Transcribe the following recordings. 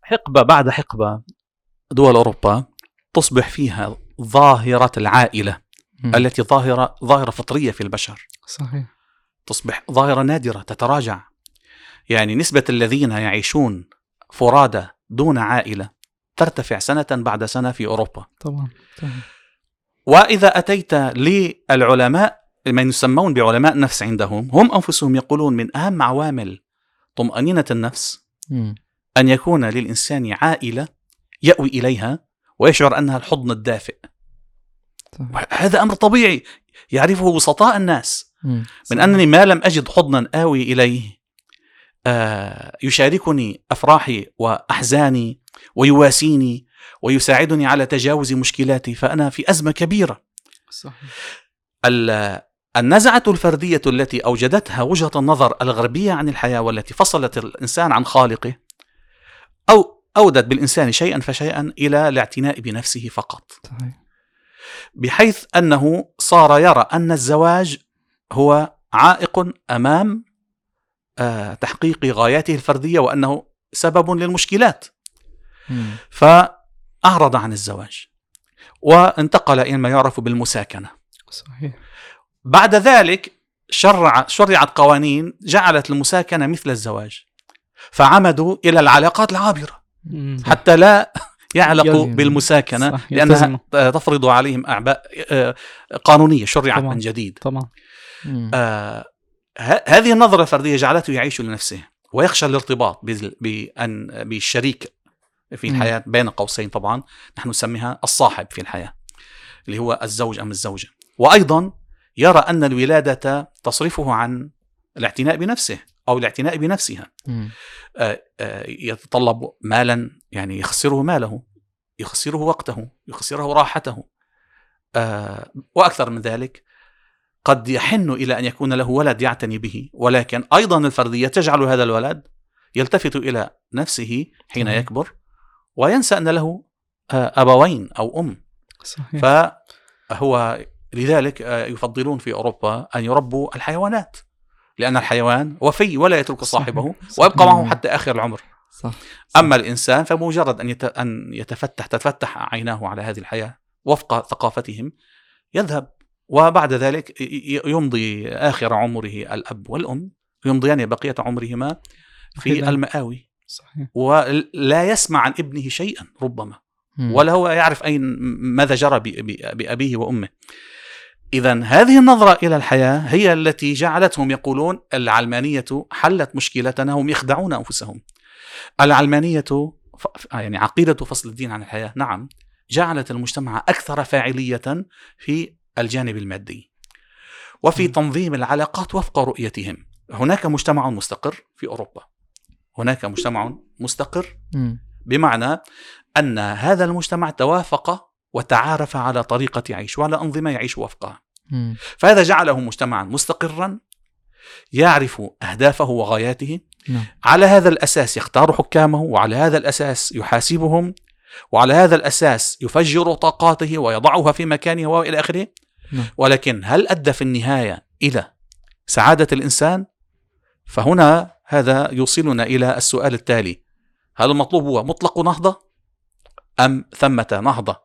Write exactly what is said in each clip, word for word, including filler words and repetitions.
حقبة بعد حقبة دول أوروبا تصبح فيها ظاهرة العائلة م. التي ظاهرة ظاهرة فطرية في البشر. صحيح. تصبح ظاهرة نادرة تتراجع. يعني نسبة الذين يعيشون فرادى دون عائلة ترتفع سنة بعد سنة في أوروبا. طبعا. طبعا. وإذا أتيت للعلماء من يسمون بعلماء النفس عندهم، هم أنفسهم يقولون من أهم عوامل طمأنينة النفس م. أن يكون للإنسان عائلة يأوي إليها ويشعر أنها الحضن الدافئ. طبعا. هذا أمر طبيعي يعرفه بسطاء الناس. م. من أنني ما لم أجد حضنا آوي إليه آه يشاركني أفراحي وأحزاني ويواسيني ويساعدني على تجاوز مشكلاتي، فأنا في أزمة كبيرة. صحيح. النزعة الفردية التي أوجدتها وجهة النظر الغربية عن الحياة والتي فصلت الإنسان عن خالقه أو أودت بالإنسان شيئا فشيئا إلى الاعتناء بنفسه فقط. صحيح. بحيث أنه صار يرى أن الزواج هو عائق أمام آه تحقيق غاياته الفردية وأنه سبب للمشكلات. م. فأعرض عن الزواج وانتقل إلى ما يعرف بالمساكنة. صحيح. بعد ذلك شرع شرعت قوانين جعلت المساكنة مثل الزواج، فعمدوا إلى العلاقات العابرة م. حتى لا يعلقوا بالمساكنة. صح. لأنها تفرض عليهم أعباء قانونية شرعت من جديد. طبعا. آه هذه النظرة الفردية جعلته يعيش لنفسه ويخشى الارتباط بأن بالشريك في الحياة بين قوسين. طبعا نحن نسميها الصاحب في الحياة اللي هو الزوج أم الزوجة. وأيضا يرى أن الولادة تصرفه عن الاعتناء بنفسه أو الاعتناء بنفسها. آه آه يتطلب مالا، يعني يخسره ماله، يخسره وقته، يخسره راحته، آه وأكثر من ذلك. قد يحن إلى أن يكون له ولد يعتني به، ولكن أيضا الفردية تجعل هذا الولد يلتفت إلى نفسه حين يكبر وينسى أن له أبوين أو أم. صحيح. فهو لذلك يفضلون في أوروبا أن يربوا الحيوانات، لأن الحيوان وفي ولا يترك صاحبه. صحيح. ويبقى معه حتى آخر العمر. صح. صح. أما الإنسان فمجرد أن أن يتفتح تتفتح عيناه على هذه الحياة وفق ثقافتهم يذهب، وبعد ذلك يمضي آخر عمره الأب والأم يمضيان بقية عمرهما في المآوي. صحيح. ولا يسمع عن ابنه شيئا ربما، ولا هو يعرف أين ماذا جرى بأبيه وأمه. إذن هذه النظرة إلى الحياة هي التي جعلتهم يقولون العلمانية حلت مشكلتنا. هم يخدعون أنفسهم. العلمانية يعني عقيدة فصل الدين عن الحياة، نعم، جعلت المجتمع أكثر فاعلية في الجانب المادي وفي تنظيم العلاقات وفق رؤيتهم. هناك مجتمع مستقر في أوروبا، هناك مجتمع مستقر بمعنى أن هذا المجتمع توافق وتعارف على طريقة عيش وعلى أنظمة يعيش وفقها. فهذا جعله مجتمعا مستقرا يعرف أهدافه وغاياته. على هذا الأساس يختار حكامه، وعلى هذا الأساس يحاسبهم، وعلى هذا الأساس يفجر طاقاته ويضعها في مكانها وإلى آخره. ولكن هل أدى في النهاية إلى سعادة الإنسان؟ فهنا هذا يوصلنا إلى السؤال التالي: هل المطلوب هو مطلق نهضة أم ثمة نهضة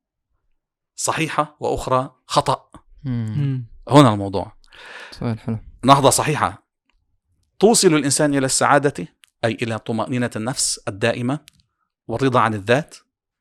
صحيحة وأخرى خطأ؟ هنا الموضوع. سؤال حلو. نهضة صحيحة توصل الإنسان إلى السعادة، أي إلى طمأنينة النفس الدائمة والرضا عن الذات.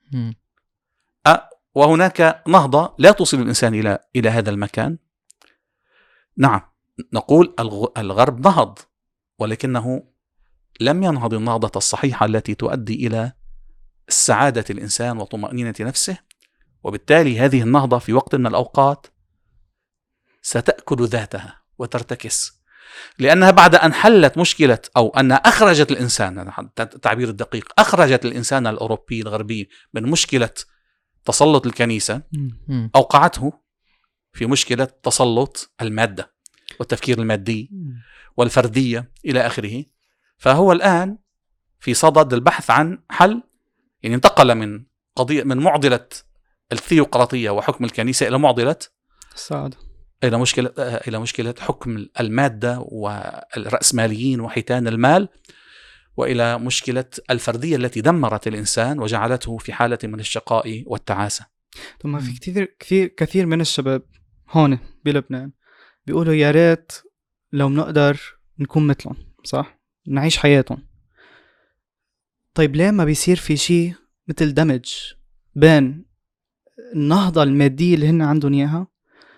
أه وهناك نهضة لا توصل الإنسان إلى إلى هذا المكان. نعم، نقول الغرب نهض، ولكنه لم ينهض النهضة الصحيحة التي تؤدي إلى السعادة الإنسان وطمأنينة نفسه. وبالتالي هذه النهضة في وقت من الأوقات ستأكل ذاتها وترتكس، لأنها بعد أن حلت مشكلة أو أن أخرجت الإنسان، التعبير الدقيق، أخرجت الإنسان الأوروبي الغربي من مشكلة تسلط الكنيسة، أوقعته في مشكلة تسلط المادة والتفكير المادي والفردية إلى آخره. فهو الآن في صدد البحث عن حل، يعني انتقل من قضية من معضلة الثيوقراطية وحكم الكنيسة إلى معضلة السعادة، إلى مشكلة إلى مشكلة حكم المادة والرأسماليين وحيتان المال. وإلى مشكلة الفردية التي دمرت الإنسان وجعلته في حالة من الشقاء والتعاسة. ثم في كثير كثير كثير من الشباب هون بلبنان بيقولوا يا ريت لو بنقدر نكون مثلهم، صح؟ نعيش حياتهم. طيب ليه ما بيصير في شيء مثل دمج بين النهضة المادية اللي هن عندهم إياها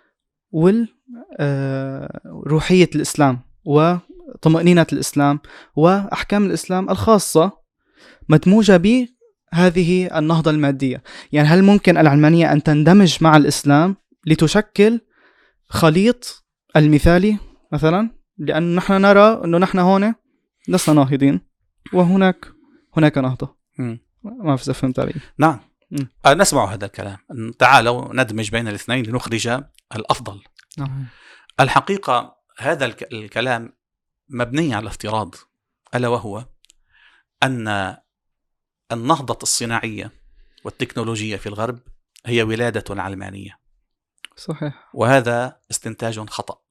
والروحية الإسلام وطمأنينة الإسلام وأحكام الإسلام الخاصة مدموجة بهذه النهضة المادية؟ يعني هل ممكن العلمانية أن تندمج مع الإسلام لتشكل خليط المثالي مثلا؟ لأن نحن نرى أنه نحن هون لسنا ناهضين وهناك هناك نهضة. م. ما في فهمت علي. نعم. أه نسمع هذا الكلام، تعالوا ندمج بين الاثنين لنخرج الأفضل. نعم. الحقيقة هذا الكلام مبني على افتراض، ألا وهو أن النهضة الصناعية والتكنولوجية في الغرب هي ولادة العلمانية. صحيح. وهذا استنتاج خطأ.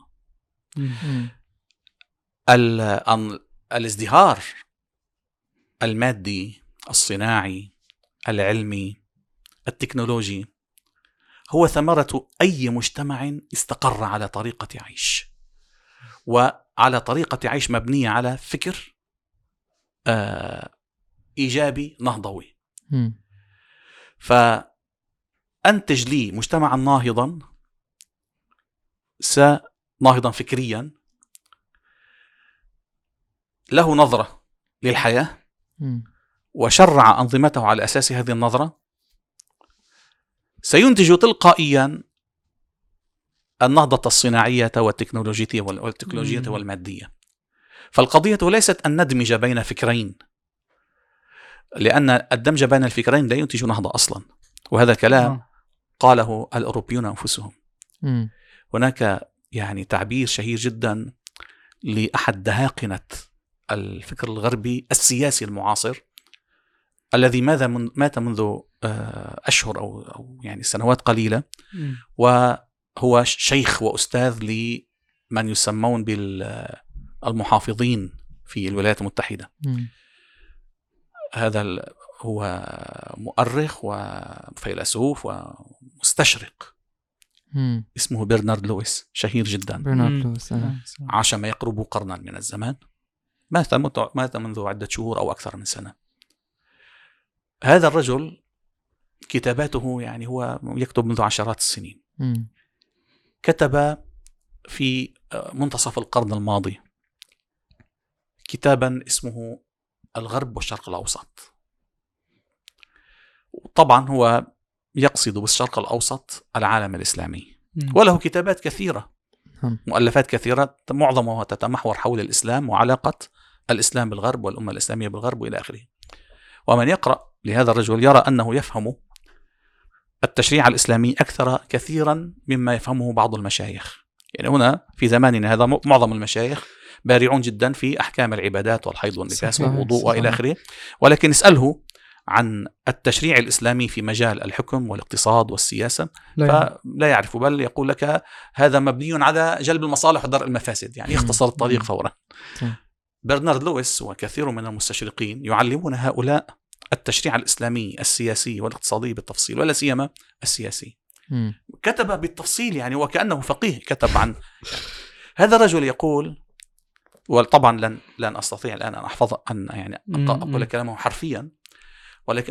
الازدهار المادي الصناعي العلمي التكنولوجي هو ثمرة أي مجتمع استقر على طريقة عيش، وعلى طريقة عيش مبنية على فكر آه إيجابي نهضوي. م. فأنتج لي مجتمعا ناهضا ناهضا فكريا له نظرة للحياة م. وشرع أنظمته على أساس هذه النظرة، سينتج تلقائيا النهضة الصناعية والتكنولوجية والتكنولوجية م. والمادية. فالقضية ليست أن ندمج بين فكرين، لأن الدمج بين الفكرين لا ينتج نهضة أصلا، وهذا كلام قاله الأوروبيون أنفسهم. م. هناك يعني تعبير شهير جدا لأحد دهاقنة الفكر الغربي السياسي المعاصر الذي ماذا من مات منذ أشهر أو أو يعني سنوات قليلة، م. وهو شيخ وأستاذ لمن يسمون بالمحافظين في الولايات المتحدة. م. هذا هو مؤرخ وفيلسوف ومستشرق م. اسمه برنارد لويس، شهير جدا. برنارد لويس عاش ما يقرب قرنا من الزمان، مات مات منذ عدة شهور أو أكثر من سنة. هذا الرجل كتاباته يعني هو يكتب منذ عشرات السنين. م. كتب في منتصف القرن الماضي كتابا اسمه الغرب والشرق الأوسط. طبعا هو يقصد بالشرق الأوسط العالم الإسلامي، م. وله كتابات كثيرة، مؤلفات كثيرة، معظمها تتمحور حول الإسلام وعلاقة الإسلام بالغرب والأمة الإسلامية بالغرب وإلى آخره. ومن يقرأ لهذا الرجل يرى أنه يفهم التشريع الإسلامي أكثر كثيرا مما يفهمه بعض المشايخ. يعني هنا في زماننا هذا معظم المشايخ بارعون جدا في أحكام العبادات والحيض والنفاس والوضوء وإلى آخره، ولكن اسأله عن التشريع الإسلامي في مجال الحكم والاقتصاد والسياسة فلا يعرف، بل يقول لك هذا مبني على جلب المصالح ودرء المفاسد، يعني يختصر الطريق فورا. برنارد لويس وكثير من المستشرقين يعلمون هؤلاء التشريع الإسلامي السياسي والاقتصادي بالتفصيل، ولا سيما السياسي. م. كتب بالتفصيل يعني وكأنه فقيه كتب عن هذا الرجل. يقول، وطبعا لن لن أستطيع الآن أن أحفظ أن يعني أقول كلامه حرفيا، ولكن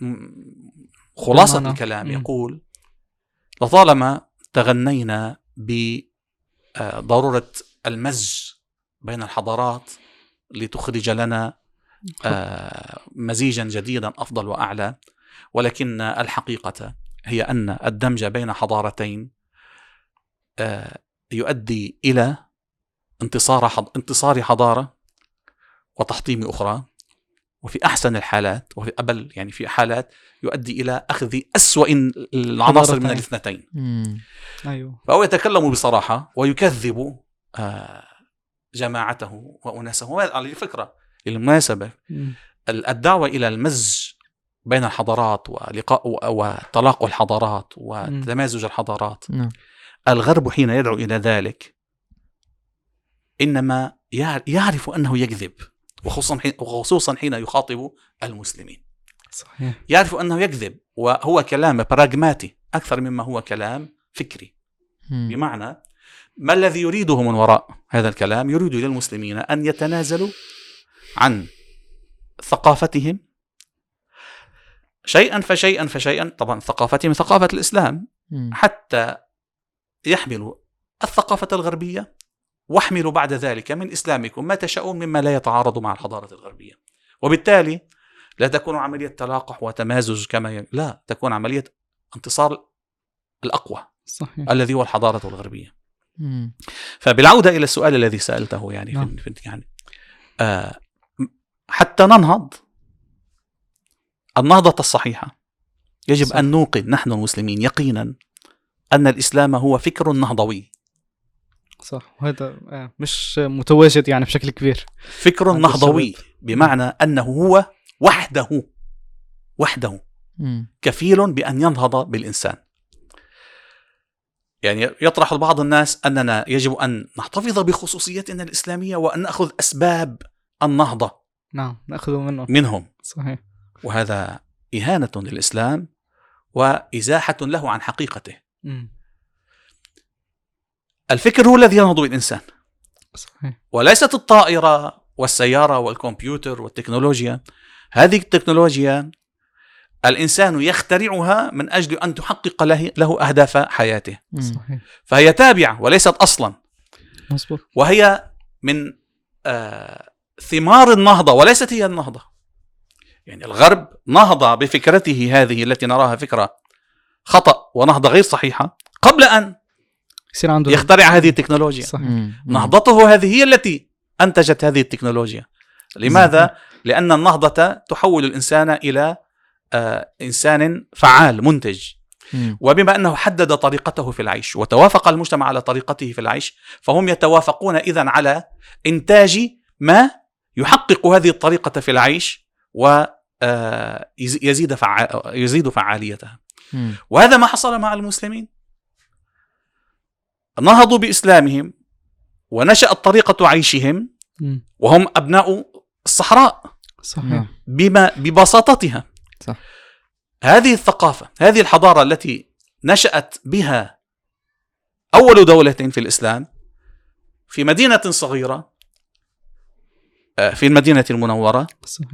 خلاصة الكلام يقول: لطالما تغنينا بضرورة المزج بين الحضارات لتخرج لنا مزيجا جديدا أفضل وأعلى، ولكن الحقيقة هي أن الدمج بين حضارتين يؤدي إلى انتصار انتصار حضارة وتحطيم أخرى، وفي أحسن الحالات وفي أبل يعني في حالات يؤدي إلى أخذ أسوأ العناصر من الاثنتين. أيوه. فهو يتكلم بصراحة ويكذب جماعته وأناسه. على فكرة المناسبة الدعوة إلى المزج بين الحضارات ولقاء وتلاقى الحضارات وتمازج الحضارات، الغرب حين يدعو إلى ذلك إنما يعرف أنه يكذب، وخصوصا حين, وخصوصا حين يخاطب المسلمين. صحيح. يعرف أنه يكذب، وهو كلام براغماتي أكثر مما هو كلام فكري. مم. بمعنى ما الذي يريده من وراء هذا الكلام؟ يريد للمسلمين أن يتنازلوا عن ثقافتهم شيئا فشيئا فشيئا، طبعا ثقافتهم ثقافة الإسلام، مم. حتى يحملوا الثقافة الغربية، واحملوا بعد ذلك من إسلامكم ما تشاءون مما لا يتعارض مع الحضارة الغربية. وبالتالي لا تكون عملية تلاقح وتمازج كما ي... لا تكون عملية انتصار الأقوى صحيح. الذي هو الحضارة الغربية. مم. فبالعودة إلى السؤال الذي سألته يعني نعم. في يعني آه حتى ننهض النهضة الصحيحة يجب صح. أن نوقن نحن المسلمين يقينا أن الإسلام هو فكر نهضوي. صح. وهذا آه، مش متواجد يعني بشكل كبير. فكر عند نهضوي الشباب. بمعنى أنه هو وحده وحده مم. كفيل بأن ينهض بالإنسان. يعني يطرح بعض الناس أننا يجب أن نحتفظ بخصوصيتنا الإسلامية وأن نأخذ أسباب النهضة نعم، نأخذه منه. منهم، صحيح. وهذا إهانة للإسلام وإزاحة له عن حقيقته. مم. الفكر هو الذي ينهض بالإنسان، صحيح. وليست الطائرة والسيارة والكمبيوتر والتكنولوجيا. هذه التكنولوجيا الإنسان يخترعها من أجل أن تحقق له, له أهداف حياته، مم. صحيح. فهي تابعة وليست أصلا، مظبوط. وهي من آه ثمار النهضة وليست هي النهضة. يعني الغرب نهض بفكرته هذه التي نراها فكرة خطأ ونهضة غير صحيحة قبل أن يصير عنده يخترع هذه التكنولوجيا. صحيح. مم. نهضته هذه هي التي أنتجت هذه التكنولوجيا. لماذا؟ لأن النهضة تحول الإنسان إلى آه إنسان فعال منتج. مم. وبما أنه حدد طريقته في العيش وتوافق المجتمع على طريقته في العيش، فهم يتوافقون إذن على إنتاج ما يحقق هذه الطريقة في العيش ويزيد فعال يزيد فعاليتها. مم. وهذا ما حصل مع المسلمين، نهضوا بإسلامهم ونشأت طريقة عيشهم مم. وهم أبناء الصحراء صحيح. نعم. بما ببساطتها. صح. هذه الثقافة، هذه الحضارة التي نشأت بها أول دولة في الإسلام في مدينة صغيرة في المدينة المنورة، صحيح.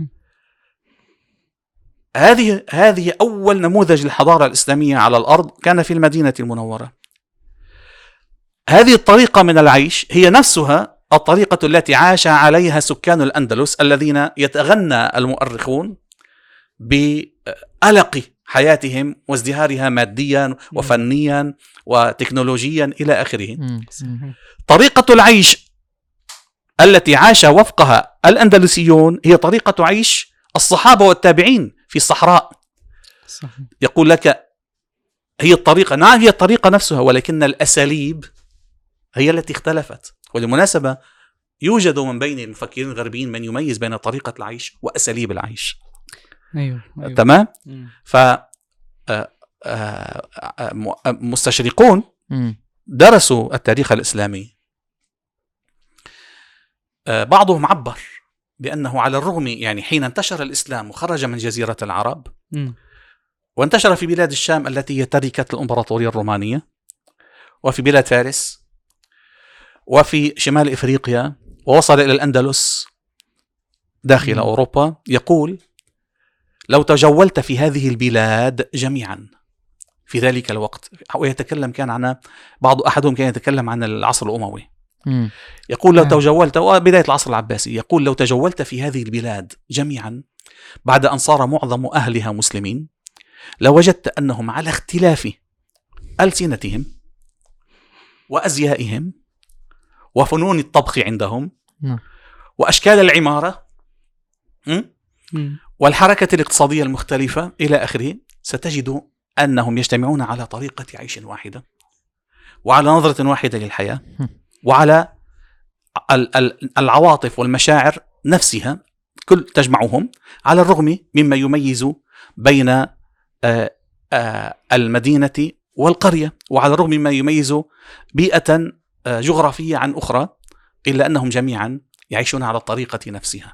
هذه هذه أول نموذج للحضارة الإسلامية على الأرض كان في المدينة المنورة. هذه الطريقة من العيش هي نفسها الطريقة التي عاش عليها سكان الأندلس الذين يتغنى المؤرخون بألق حياتهم وازدهارها ماديا وفنيا وتكنولوجيا إلى آخره. مم. صحيح. طريقة العيش التي عاش وفقها الأندلسيون هي طريقة عيش الصحابة والتابعين في الصحراء. صحيح. يقول لك هي الطريقة، نعم هي الطريقة نفسها، ولكن الأساليب هي التي اختلفت. وللمناسبة يوجد من بين المفكرين الغربيين من يميز بين طريقة العيش وأساليب العيش. أيوه. أيوه. تمام؟ مم. ف آه، آه، م- مستشرقون مم. درسوا التاريخ الإسلامي، آه، بعضهم عبر بأنه على الرغم يعني حين انتشر الإسلام وخرج من جزيرة العرب مم. وانتشر في بلاد الشام التي هي تركة الإمبراطورية الرومانية، وفي بلاد فارس، وفي شمال إفريقيا، ووصل إلى الأندلس داخل مم. أوروبا، يقول لو تجولت في هذه البلاد جميعا في ذلك الوقت، ويتكلم كان عن بعض أحدهم كان يتكلم عن العصر الأموي، مم. يقول لو آه. تجولت وبداية العصر العباسي، يقول لو تجولت في هذه البلاد جميعا بعد أن صار معظم أهلها مسلمين لوجدت أنهم على اختلاف ألسنتهم وأزيائهم وفنون الطبخ عندهم نعم. وأشكال العمارة م? مم. والحركة الاقتصادية المختلفة إلى آخره، ستجد أنهم يجتمعون على طريقة عيش واحدة وعلى نظرة واحدة للحياة وعلى ال- ال- العواطف والمشاعر نفسها كل تجمعهم، على الرغم مما يميز بين آه، آه، المدينة والقرية، وعلى الرغم مما يميز بيئة آه، جغرافية عن أخرى، إلا أنهم جميعا يعيشون على الطريقة نفسها.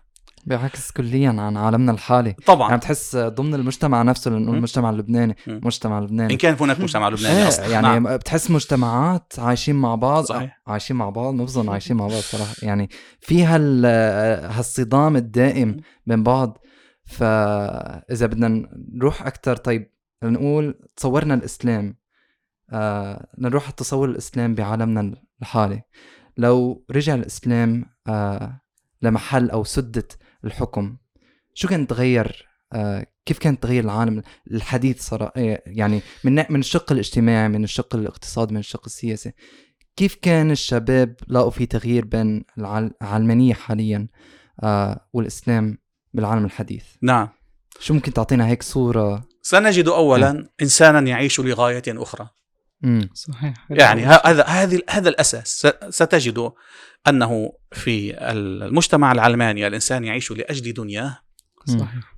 بيعكس كليا عن عالمنا الحالي طبعا. يعني بتحس ضمن المجتمع نفسه، لأنه المجتمع اللبناني م. مجتمع لبناني إن كان هناك مجتمع لبناني ايه أصلا يعني نعم. بتحس مجتمعات عايشين مع بعض. صحيح. عايشين مع بعض ما بظن عايشين مع بعض صراحة، يعني في هال هالصدام الدائم بين بعض. فإذا بدنا نروح أكتر، طيب نقول تصورنا الإسلام، آه نروح التصور الإسلام بعالمنا الحالي. لو رجع الإسلام آه لمحل أو سدة الحكم، شو كان تغير؟ آه كيف كان تغير العالم الحديث صراحة؟ يعني من من الشق الاجتماعي، من الشق الاقتصادي، من الشق السياسي، كيف كان الشباب لاقوا في تغيير بين العلمانية حاليا آه والإسلام بالعالم الحديث؟ نعم. شو ممكن تعطينا هيك صورة؟ سنجد أولا م. إنسانا يعيش لغاية أخرى. مم. صحيح. يعني هذا هذا هذا الأساس. ستجد أنه في المجتمع العلماني الإنسان يعيش لأجل دنياه. صحيح.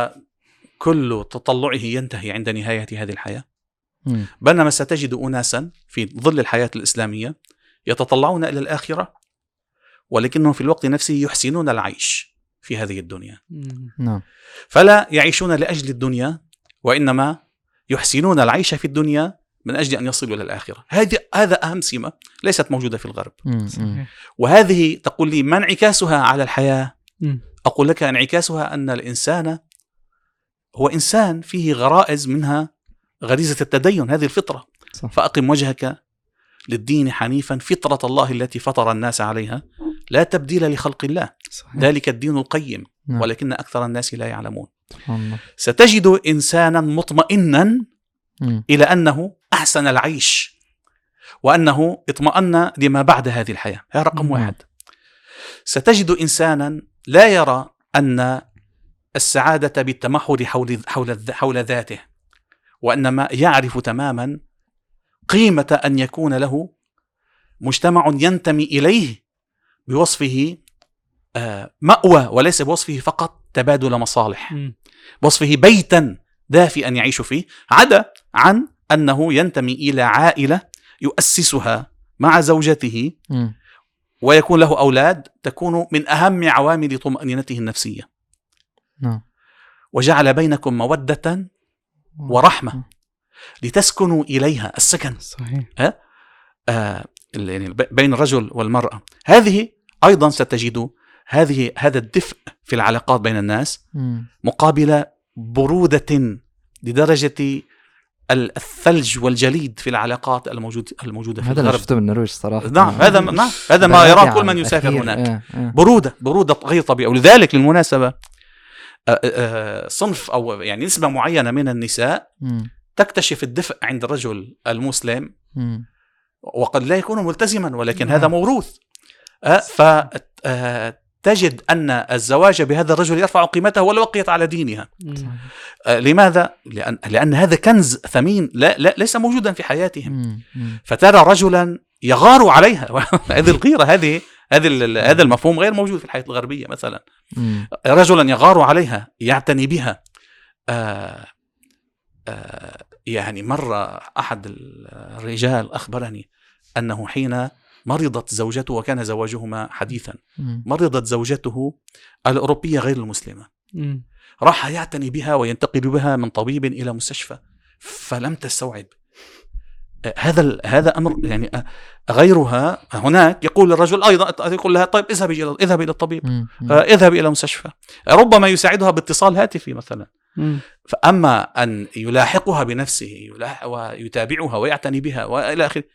وكل تطلعه ينتهي عند نهاية هذه الحياة. مم. بينما ستجد أناسا في ظل الحياة الإسلامية يتطلعون إلى الآخرة، ولكنهم في الوقت نفسه يحسنون العيش في هذه الدنيا. نعم. فلا يعيشون لأجل الدنيا، وإنما يحسنون العيش في الدنيا من أجل أن يصلوا إلى الآخرة. هذه هذا أهم سمة ليست موجودة في الغرب. صحيح. وهذه تقول لي ما انعكاسها على الحياة؟ مم. أقول لك انعكاسها أن الإنسان هو إنسان فيه غرائز، منها غريزة التدين، هذه الفطرة. صح. فأقم وجهك للدين حنيفا فطرة الله التي فطر الناس عليها لا تبديل لخلق الله. صحيح. ذلك الدين القيم. نعم. ولكن أكثر الناس لا يعلمون. الله. ستجد إنسانا مطمئنا مم. إلى أنه أحسن العيش، وأنه اطمأن لما بعد هذه الحياة. هذا رقم مم. واحد. ستجد إنسانا لا يرى أن السعادة بالتمحور حول حول حول ذاته، وإنما يعرف تماما قيمة أن يكون له مجتمع ينتمي إليه بوصفه مأوى، وليس بوصفه فقط تبادل مصالح، بوصفه بيتا دافئا يعيش فيه، عدا عن أنه ينتمي إلى عائلة يؤسسها مع زوجته م. ويكون له أولاد تكون من أهم عوامل طمأنينته النفسية. نعم. وجعل بينكم مودة ورحمة لتسكنوا إليها، السكن. صحيح. أه؟ آه يعني بين الرجل والمرأة. هذه أيضا ستجد هذه هذا الدفء في العلاقات بين الناس م. مقابل برودة لدرجة الثلج والجليد في العلاقات الموجود الموجودة في هذا الغرب. هذا شفته بالنرويج صراحة. نعم هذا نعم هذا ما يراه كل من يسافر هناك. اه اه. برودة برودة غير طبيعية. ولذلك للمناسبة آه آه صنف أو يعني نسبة معينة من النساء م. تكتشف الدفء عند الرجل المسلم م. وقد لا يكون ملتزما، ولكن م. هذا موروث. آه فتجد أن الزواج بهذا الرجل يرفع قيمته ولو بقيت على دينها. آه لماذا؟ لأن, لأن هذا كنز ثمين لا, لا ليس موجودا في حياتهم. م. م. فترى رجلا يغار عليها. هذه الغيرة هذه هذا هذا المفهوم غير موجود في الحياة الغربية. مثلا م. رجلا يغار عليها، يعتني بها. آه آه يعني مرة أحد الرجال أخبرني أنه حين مرضت زوجته، وكان زواجهما حديثا، م. مرضت زوجته الأوروبية غير المسلمة، م. راح يعتني بها وينتقل بها من طبيب إلى مستشفى، فلم تستوعب هذا هذا أمر. يعني غيرها هناك يقول للرجل أيضا، يقول لها طيب اذهبي إلى اذهبي إلى الطبيب، م. م. اذهبي إلى مستشفى، ربما يساعدها باتصال هاتفي مثلا. م. فأما أن يلاحقها بنفسه ويتابعها ويعتني بها وإلى آخره،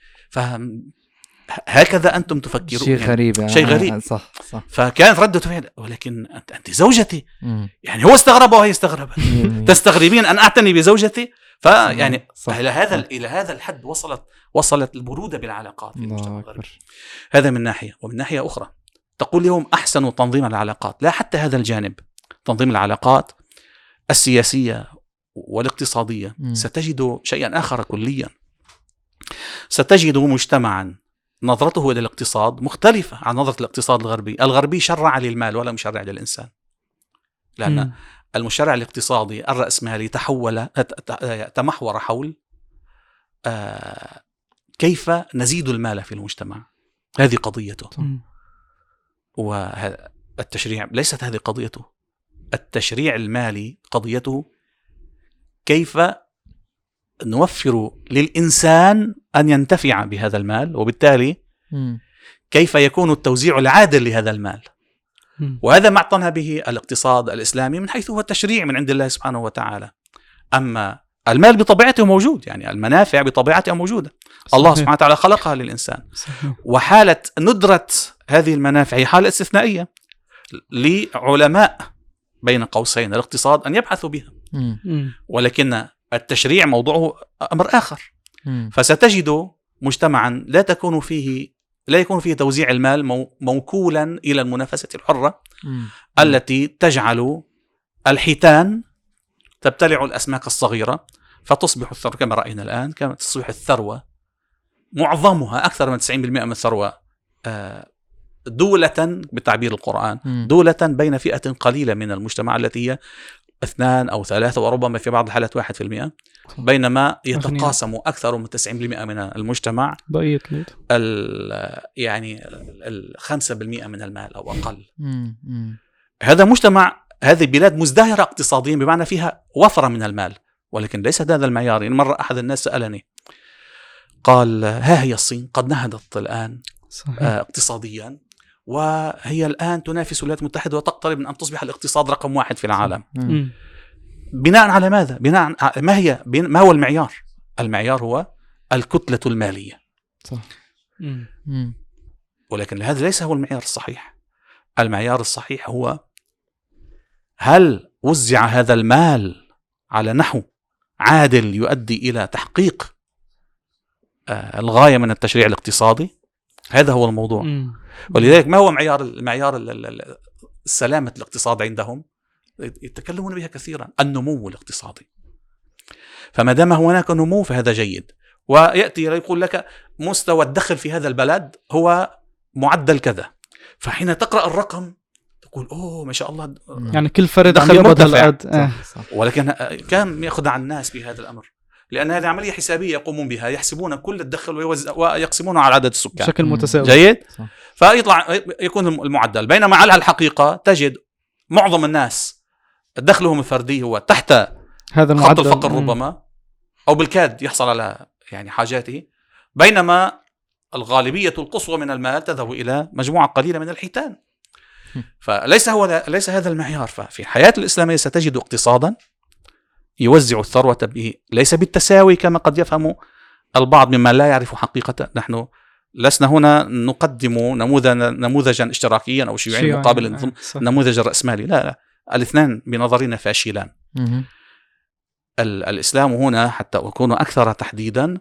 فهكذا أنتم تفكرون. شيء غريب يعني. شيء غريب. صح صح. فكانت ردة فعل، ولكن أنت, أنت زوجتي. م. يعني هو استغرب وهي استغربت. تستغربين أن أعتني بزوجتي؟ فيعني إلى هذا إلى هذا الحد وصلت وصلت البرودة بالعلاقات في المجتمع الغربي. هذا من ناحية. ومن ناحية أخرى تقول لهم أحسنوا تنظيم العلاقات. لا، حتى هذا الجانب تنظيم العلاقات السياسية والاقتصادية م. ستجد شيئا آخر كليا. ستجد مجتمعا نظرته إلى الاقتصاد مختلفة عن نظرة الاقتصاد الغربي. الغربي شرع للمال ولا مشرع للإنسان، لأن م. المشرع الاقتصادي الرأسمالي تحول تمحور حول آه كيف نزيد المال في المجتمع. هذه قضيته. التشريع ليست هذه قضيته. التشريع المالي قضيته كيف نوفر للإنسان أن ينتفع بهذا المال، وبالتالي م. كيف يكون التوزيع العادل لهذا المال. م. وهذا ما اعتنى به الاقتصاد الإسلامي من حيث هو التشريع من عند الله سبحانه وتعالى. أما المال بطبيعته موجود، يعني المنافع بطبيعتها موجودة. صحيح. الله سبحانه وتعالى خلقها للإنسان. صحيح. وحالة ندرة هذه المنافع هي حالة استثنائية لعلماء بين قوسين الاقتصاد أن يبحثوا بها، م. ولكن التشريع موضوعه أمر آخر. م. فستجد مجتمعا لا تكون فيه لا يكون فيه توزيع المال مو موكولا إلى المنافسة الحرة م. التي تجعل الحيتان تبتلع الأسماك الصغيرة فتصبح الثروة كما رأينا الآن، كما تصبح الثروة معظمها أكثر من تسعين بالمئة من الثروة دولة بتعبير القرآن م. دولة بين فئة قليلة من المجتمع التي هي اثنان أو ثلاثة وربما في بعض الحالات واحد في المئة، بينما يتقاسم أكثر من تسعين بالمئة من المجتمع بقية يعني الخمسة بالمئة من المال أو أقل. م. م. هذا مجتمع، هذه بلاد مزدهرة اقتصاديا بمعنى فيها وفرة من المال، ولكن ليس هذا المعيار. يعني مرة أحد الناس سألني قال ها هي الصين قد نهضت الآن صحيح. اقتصاديا، وهي الآن تنافس الولايات المتحدة وتقترب من أن تصبح الاقتصاد رقم واحد في العالم. م. بناء على ماذا؟ بناء على ما هي ما هو المعيار؟ المعيار هو الكتلة المالية. صح. م. م. ولكن هذا ليس هو المعيار الصحيح. المعيار الصحيح هو هل وزع هذا المال على نحو عادل يؤدي إلى تحقيق آه الغاية من التشريع الاقتصادي؟ هذا هو الموضوع. م. ولذلك ما هو معيار المعيار السلامة الاقتصاد عندهم؟ يتكلمون بها كثيرا، النمو الاقتصادي. فما دام هناك نمو فهذا جيد، ويأتي يقول لك مستوى الدخل في هذا البلد هو معدل كذا، فحين تقرأ الرقم تقول أوه ما شاء الله، يعني كل فرد عم دخل يقبض مرتفع. هالقد. آه. ولكن كان يخدع الناس بهذا الأمر، لأن هذه عملية حسابية يقومون بها، يحسبون كل الدخل ويوزع ويقسمونه على عدد السكان بشكل متساوي. جيد. صح. فيطلع يكون المعدل، بينما على الحقيقة تجد معظم الناس دخلهم الفردي هو تحت هذا خط المعدل. الفقر م. ربما، أو بالكاد يحصل على يعني حاجاته، بينما الغالبية القصوى من المال تذهب إلى مجموعة قليلة من الحيتان. فليس هو ليس هذا المعيار. ففي الحياة الإسلامية ستجد اقتصادا يوزع الثروة به ليس بالتساوي كما قد يفهم البعض مما لا يعرف حقيقة. نحن لسنا هنا نقدم نموذجا نموذجا اشتراكيا أو شيوعيا مقابل نموذج الرأسمالي، لا لا، الاثنان بنظرنا فاشلان. الإسلام هنا حتى أكون أكثر تحديدا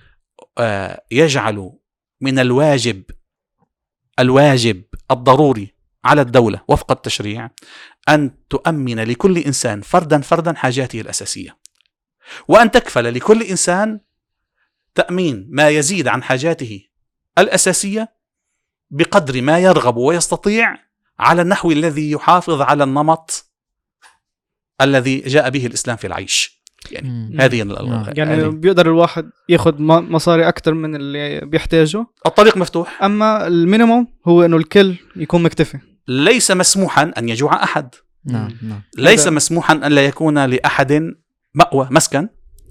يجعل من الواجب الواجب الضروري على الدولة وفق التشريع أن تؤمن لكل إنسان فردا فردا حاجاته الأساسية، وأن تكفل لكل إنسان تأمين ما يزيد عن حاجاته الأساسية بقدر ما يرغب ويستطيع على النحو الذي يحافظ على النمط الذي جاء به الإسلام في العيش. يعني مم. هذه يعني هذه. بيقدر الواحد ياخذ مصاري أكتر من اللي بيحتاجه، الطريق مفتوح، أما المينيموم هو إنه الكل يكون مكتفي. ليس مسموحا أن يجوع أحد، نعم نعم. ليس مسموحا أن لا يكون لأحد مأوى مسكن،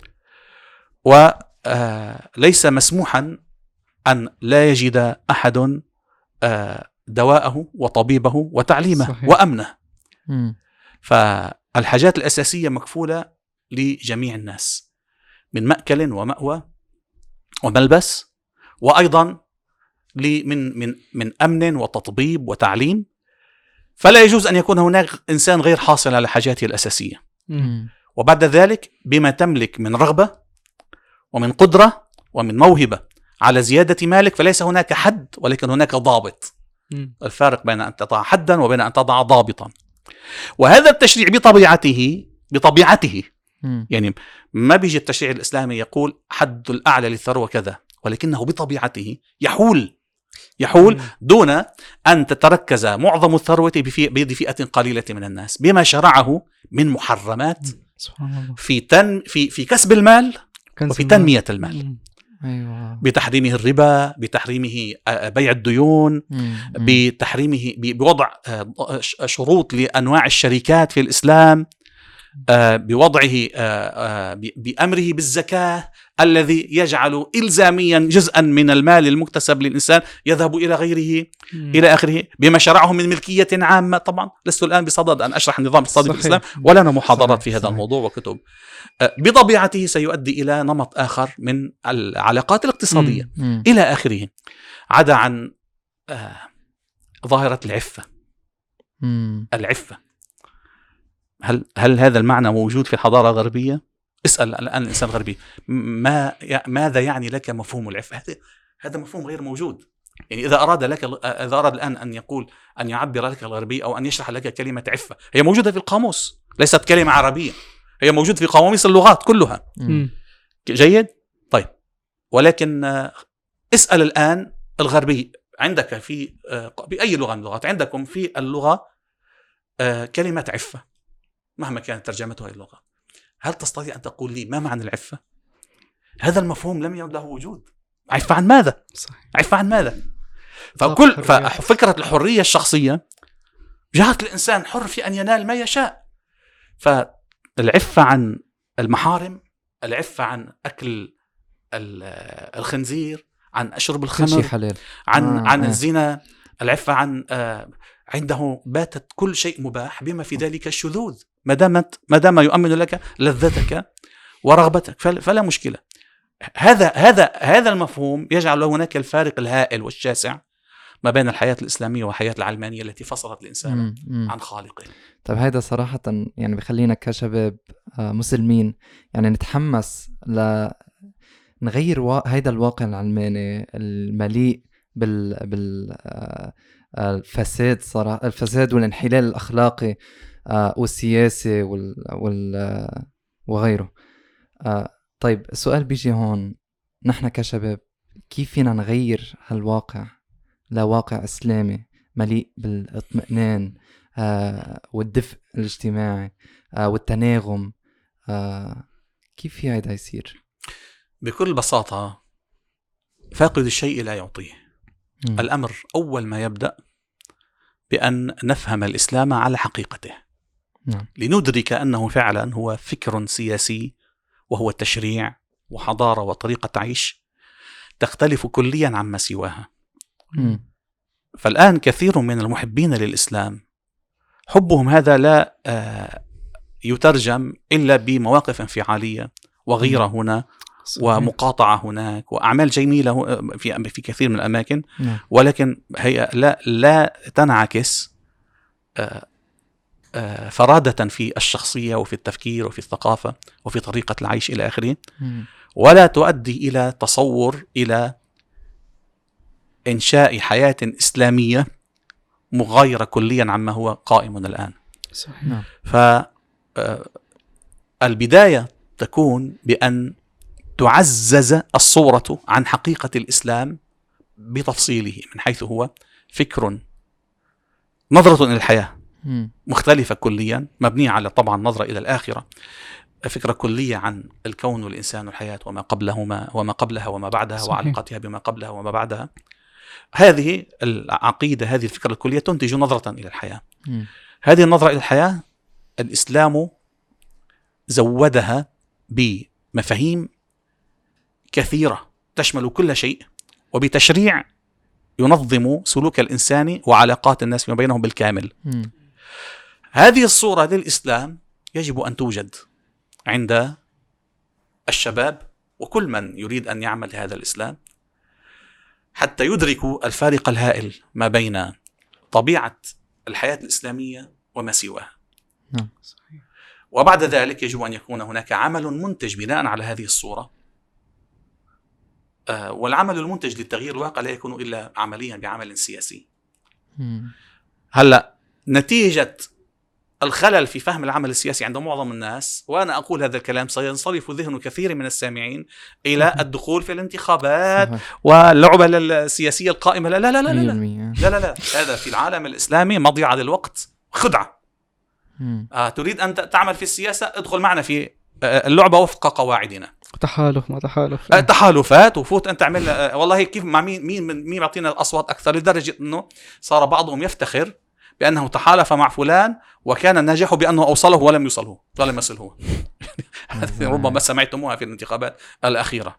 وليس مسموحا أن لا يجد أحد دواءه وطبيبه وتعليمه صحيح. وأمنه. مم. فالحاجات الأساسية مكفولة لجميع الناس من مأكل ومأوى وملبس، وأيضا من من من أمن وتطبيب وتعليم. فلا يجوز أن يكون هناك إنسان غير حاصل على حاجاته الأساسية. مم. وبعد ذلك بما تملك من رغبة ومن قدرة ومن موهبة على زيادة مالك، فليس هناك حد ولكن هناك ضابط. مم. الفارق بين أن تضع حدا وبين أن تضع ضابطا. وهذا التشريع بطبيعته بطبيعته مم. يعني ما بيجي التشريع الإسلامي يقول حد الأعلى للثروة كذا، ولكنه بطبيعته يحول يحول مم. دون أن تتركز معظم الثروة بيد فئة قليلة من الناس بما شرعه من محرمات سبحان الله. في تن في في كسب المال كنز وفي المال. تنمية المال. مم. أيوة. بتحريمه الربا، بتحريمه بيع الديون، مم. بتحريمه بوضع شروط لأنواع الشركات في الإسلام، بوضعه بأمره بالزكاة الذي يجعل إلزاميا جزءا من المال المكتسب للإنسان يذهب إلى غيره م. إلى آخره، بما شرعه من ملكية عامة. طبعا لست الآن بصدد أن أشرح النظام الاقتصادي في الإسلام، ولنا محاضرات في هذا صحيح. الموضوع وكتب. بطبيعته سيؤدي إلى نمط آخر من العلاقات الاقتصادية م. م. إلى آخره، عدا عن آه ظاهرة العفة. م. العفة، هل هل هذا المعنى موجود في الحضارة الغربية؟ اسأل الآن الإنسان الغربي ما ماذا يعني لك مفهوم العفة؟ هذا هذا مفهوم غير موجود. يعني إذا أراد لك إذا أراد الآن أن يقول أن يعبر لك الغربي أو أن يشرح لك كلمة عفة، هي موجودة في القاموس، ليست كلمة عربية، هي موجودة في قواميس اللغات كلها. م. جيد؟ طيب، ولكن اسأل الآن الغربي، عندك في بأي لغة من اللغات، عندكم في اللغة كلمة عفة مهما كانت ترجمتها اللغة، هل تستطيع أن تقول لي ما معنى العفة؟ هذا المفهوم لم يعد له وجود. عفة عن ماذا؟ صحيح. عفة عن ماذا؟ فكل ففكرة الحرية الشخصية جعلت الإنسان حر في أن ينال ما يشاء. فالعفة عن المحارم، العفة عن أكل الخنزير، عن أشرب الخمر، عن آه عن آه. الزنا، العفة عن آه عنده باتت كل شيء مباح بما في ذلك الشذوذ، ما دامت ما دام يؤمن لك لذتك ورغبتك فلا مشكلة. هذا هذا هذا المفهوم يجعل هناك الفارق الهائل والشاسع ما بين الحياة الإسلامية والحياة العلمانية التي فصلت الإنسان مم. مم. عن خالقه. طيب هذا صراحة يعني بخلينا كشباب مسلمين يعني نتحمس ل نغير وا... هذا الواقع العلماني المليء بال بال الفساد صراحة، الفساد والانحلال الأخلاقي والسياسي وال... وال... وغيره. طيب السؤال بيجي هون، نحن كشباب كيف فينا نغير هالواقع لواقع إسلامي مليء بالاطمئنان والدفء الاجتماعي والتناغم؟ كيف في هذا يصير؟ بكل بساطة، فاقد الشيء لا يعطيه. م. الأمر أول ما يبدأ بأن نفهم الإسلام على حقيقته. م. لندرك أنه فعلا هو فكر سياسي، وهو تشريع وحضارة وطريقة عيش تختلف كليا عما سواها. م. فالآن كثير من المحبين للإسلام حبهم هذا لا يترجم إلا بمواقف انفعالية وغيرة م. هنا ومقاطعة هناك وأعمال جميلة في في كثير من الأماكن، ولكن هي لا لا تنعكس فرادة في الشخصية وفي التفكير وفي الثقافة وفي طريقة العيش إلى آخره، ولا تؤدي إلى تصور إلى إنشاء حياة إسلامية مغايرة كليا عما هو قائم الآن. صحيح. فالبداية تكون بأن تعزز الصورة عن حقيقة الإسلام بتفصيله، من حيث هو فكر، نظرة إلى الحياة مختلفة كليا، مبنية على طبعا نظرة إلى الآخرة، فكرة كلية عن الكون والإنسان والحياة وما قبلهما وما قبلها وما بعدها. صحيح. وعلاقتها بما قبلها وما بعدها. هذه العقيدة، هذه الفكرة الكلية تنتج نظرة إلى الحياة. م. هذه النظرة إلى الحياة الإسلام زودها بمفاهيم كثيرة تشمل كل شيء، وبتشريع ينظم سلوك الإنسان وعلاقات الناس فيما بينهم بالكامل. م. هذه الصورة للإسلام يجب أن توجد عند الشباب وكل من يريد أن يعمل هذا الإسلام، حتى يدركوا الفارق الهائل ما بين طبيعة الحياة الإسلامية وما سواها. نعم. صحيح. وبعد ذلك يجب أن يكون هناك عمل منتج بناء على هذه الصورة، آه والعمل المنتج للتغيير الواقع لا يكون إلا عمليا بعمل سياسي. م. هلأ نتيجة الخلل في فهم العمل السياسي عند معظم الناس، وأنا أقول هذا الكلام سينصرف ذهن كثير من السامعين إلى الدخول في الانتخابات واللعبة السياسية القائمة. لا لا لا لا لا لا, لا, لا. هذا في العالم الإسلامي مضيعة للوقت، خدعة. آه تريد أن تعمل في السياسة، ادخل معنا في اللعبة وفق قواعدنا، تحالف ما تحالف، تحالفات، وفوت أنت تعمل والله كيف مع مين مين مين يعطينا الأصوات أكثر، لدرجة أنه صار بعضهم يفتخر بأنه تحالف مع فلان وكان الناجح بأنه أوصله ولم يوصله ولم يصله. ربما سمعتموها في الانتخابات الأخيرة.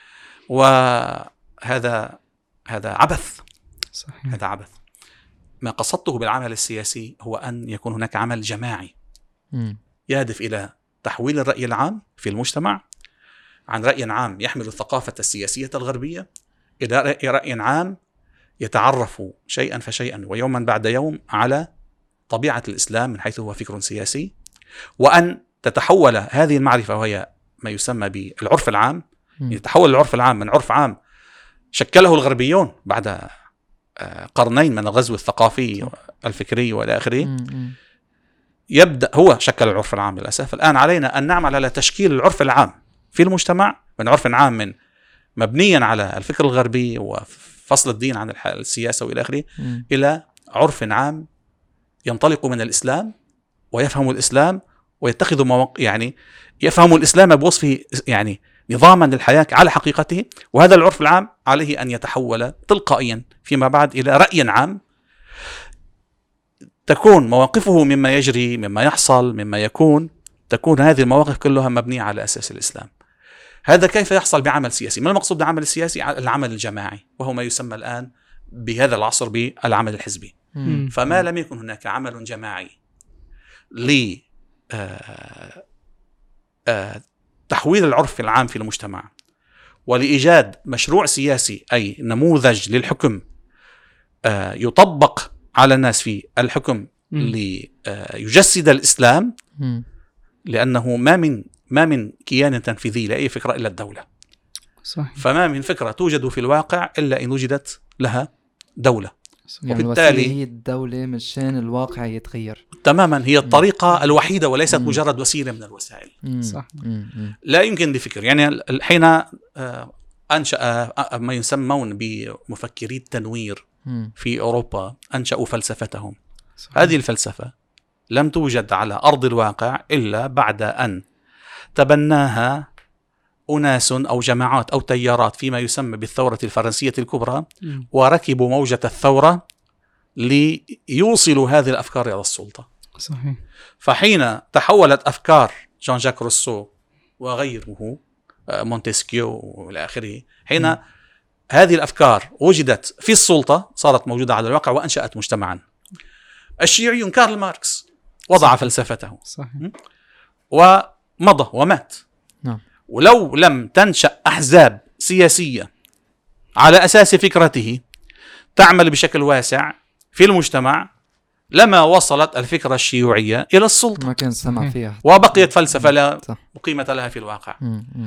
وهذا هذا عبث. صحيح. هذا عبث. ما قصدته بالعمل السياسي هو أن يكون هناك عمل جماعي يهدف إلى تحويل الرأي العام في المجتمع عن رأي عام يحمل الثقافة السياسية الغربية إلى رأي عام يتعرف شيئا فشيئا ويوما بعد يوم على طبيعة الإسلام من حيث هو فكر سياسي، وأن تتحول هذه المعرفة وهي ما يسمى بالعرف العام، يتحول العرف العام من عرف عام شكله الغربيون بعد قرنين من الغزو الثقافي الفكري والى اخره، يبدا هو شكل العرف العام للاسف. الان علينا ان نعمل على تشكيل العرف العام في المجتمع من عرف عام من مبنيا على الفكر الغربي وفصل الدين عن السياسه والى اخره الى عرف عام ينطلق من الاسلام ويفهم الاسلام ويتخذ مواقع، يعني يفهم الاسلام بوصفه يعني نظاما للحياة على حقيقته. وهذا العرف العام عليه أن يتحول تلقائيا فيما بعد إلى رأي عام تكون مواقفه مما يجري مما يحصل مما يكون، تكون هذه المواقف كلها مبنية على أساس الإسلام. هذا كيف يحصل بعمل سياسي؟ ما المقصود بالعمل السياسي؟ العمل الجماعي، وهو ما يسمى الآن بهذا العصر بالعمل الحزبي. فما لم يكن هناك عمل جماعي ل آه آه تحويل العرف العام في المجتمع ولإيجاد مشروع سياسي أي نموذج للحكم آه يطبق على الناس في الحكم ليجسد الإسلام، لأنه ما من ما من كيان تنفيذي لأي فكرة إلا الدولة. صحيح. فما من فكرة توجد في الواقع إلا إن وجدت لها دولة. يعني وبالتالي هي الدولة مشان الواقع يتغير تماما، هي الطريقة الوحيدة وليست مجرد وسيلة من الوسائل. صح. لا يمكن لفكر، يعني حين أنشأ ما يسمون بمفكري التنوير في أوروبا أنشأوا فلسفتهم. صحيح. هذه الفلسفة لم توجد على أرض الواقع إلا بعد أن تبناها أناس أو جماعات أو تيارات فيما يسمى بالثورة الفرنسية الكبرى، وركبوا موجة الثورة ليوصلوا هذه الأفكار إلى السلطة. صحيح. فحين تحولت أفكار جان جاك روسو وغيره مونتسكيو والى آخره، حين م. هذه الأفكار وجدت في السلطة صارت موجودة على الواقع وأنشأت مجتمعا. الشيوعي كارل ماركس وضع صحيح. فلسفته. صحيح. ومضى ومات. نعم. ولو لم تنشأ أحزاب سياسية على أساس فكرته تعمل بشكل واسع في المجتمع لما وصلت الفكرة الشيوعية إلى السلطة، ما كان سمع فيها وبقيت فلسفة لا قيمة لها في الواقع.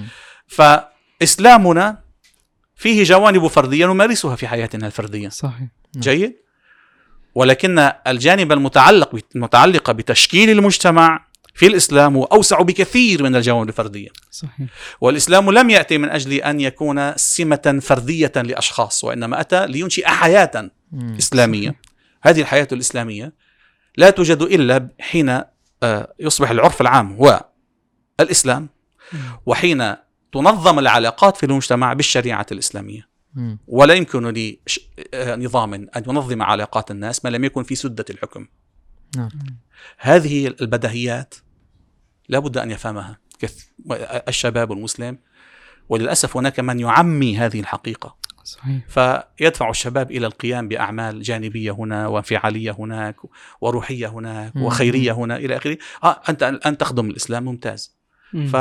فإسلامنا فيه جوانب فردية نمارسها في حياتنا الفردية. صحيح. جيد. ولكن الجانب المتعلق المتعلقة بتشكيل المجتمع في الإسلام هو أوسع بكثير من الجوانب الفردية. صحيح. والإسلام لم يأتي من أجل أن يكون سمة فردية لأشخاص، وإنما أتى لينشئ حياة مم. إسلامية. صحيح. هذه الحياة الإسلامية لا توجد إلا حين يصبح العرف العام هو الإسلام، مم. وحين تنظم العلاقات في المجتمع بالشريعة الإسلامية. مم. ولا يمكن لنظام أن ينظم علاقات الناس ما لم يكن في سدة الحكم. نعم. هذه البديهيات لابد أن يفهمها الشباب المسلم، وللأسف هناك من يعمي هذه الحقيقة. صحيح. فيدفع الشباب إلى القيام بأعمال جانبية هنا وانفعالية هناك وروحية هناك م- وخيرية هنا إلى آخره. آه أنت الآن تخدم الإسلام، ممتاز. ف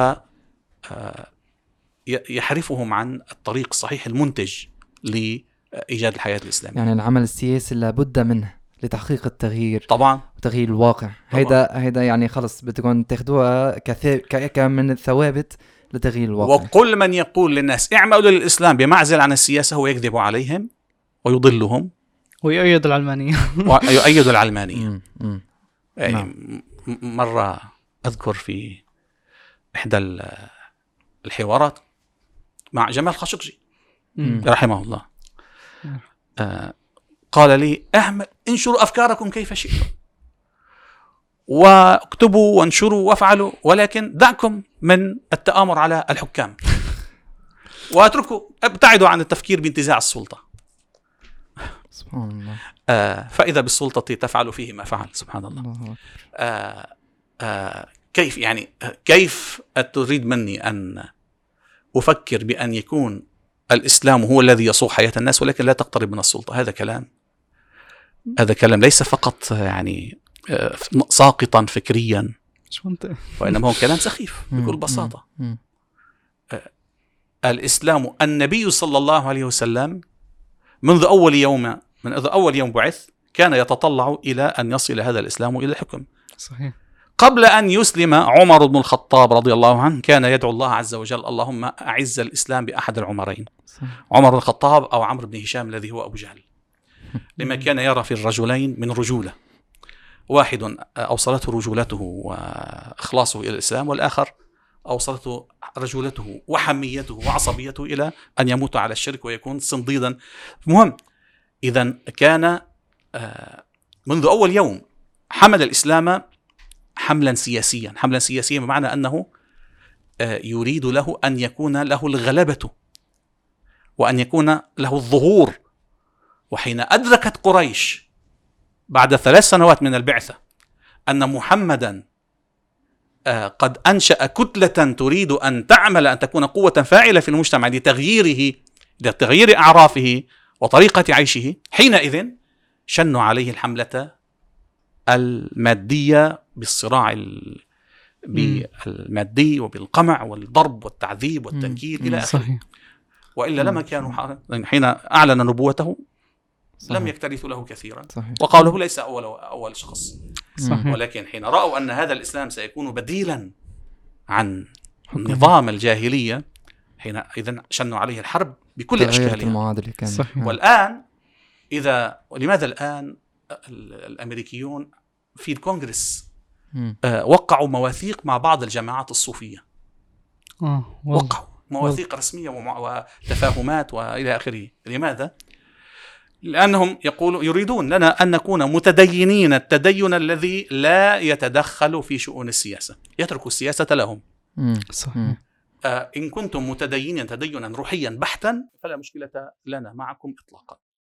يحرفهم عن الطريق الصحيح المنتج لإيجاد الحياة الإسلامية. يعني العمل السياسي لابد منه لتحقيق التغيير طبعا، وتغيير الواقع. هيدا هيدا يعني خلص بدكم تاخذوها كمن الثوابت لتغيير الواقع. وكل من يقول للناس اعملوا للإسلام بمعزل عن السياسة هو يكذب عليهم ويضلهم ويؤيد العلمانية ويؤيد العلمانية. م- م- يعني نعم. مرة أذكر في إحدى الحوارات مع جمال خاشقجي رحمه الله، آه قال لي اعمل انشروا أفكاركم كيف شئتم، واكتبوا وانشروا وافعلوا، ولكن دعكم من التآمر على الحكام واتركوا، ابتعدوا عن التفكير بانتزاع السلطة. سبحان الله. آه فإذا بالسلطة تفعل فيه ما فعل. سبحان الله. الله. آه آه كيف يعني كيف تريد مني أن أفكر بأن يكون الإسلام هو الذي يصوغ حياة الناس ولكن لا تقترب من السلطة؟ هذا كلام هذا كلام ليس فقط يعني آه ساقطا فكريا، وإنما هو كلام سخيف بكل بساطة. آه الإسلام، النبي صلى الله عليه وسلم منذ أول يوم من أول يوم بعث كان يتطلع إلى أن يصل هذا الإسلام إلى الحكم. صحيح. قبل أن يسلم عمر بن الخطاب رضي الله عنه كان يدعو الله عز وجل: اللهم أعز الإسلام بأحد العمرين، عمر بن الخطاب أو عمرو بن هشام الذي هو أبو جهل، لما كان يرى في الرجلين من رجولة، واحد أوصلته رجولته وإخلاصه إلى الإسلام، والآخر أوصلته رجولته وحميته وعصبيته إلى أن يموت على الشرك ويكون صنديدا. مهم، إذن كان منذ أول يوم حمل الإسلام حملا سياسيا، حملا سياسيا بمعنى أنه يريد له أن يكون له الغلبة وأن يكون له الظهور. وحين أدركت قريش بعد ثلاث سنوات من البعثة أن محمدا قد أنشأ كتلة تريد أن تعمل أن تكون قوة فاعلة في المجتمع لتغييره لتغيير أعرافه وطريقة عيشه، حينئذ شنوا عليه الحملة المادية بالصراع بالمادي وبالقمع والضرب والتعذيب والتنكيل إلى آخره. وإلا لما كانوا حين أعلن نبوته صحيح. لم يكترثوا له كثيرا صحيح. وقالوا ليس أول, أول شخص صحيح. ولكن حين رأوا أن هذا الإسلام سيكون بديلا عن نظام الجاهلية حينئذ شنوا عليه الحرب بكل أشكالها. والآن إذا لماذا الآن الأمريكيون في الكونغرس آه وقعوا مواثيق مع بعض الجماعات الصوفية، آه وقعوا مواثيق رسمية وتفاهمات وإلى آخره. لماذا؟ لأنهم يقولوا يريدون لنا أن نكون متدينين التدين الذي لا يتدخل في شؤون السياسة، يتركوا السياسة لهم. صحيح. آه إن كنتم متدينين تدينا روحيا بحتا فلا مشكلة لنا معكم إطلاقا.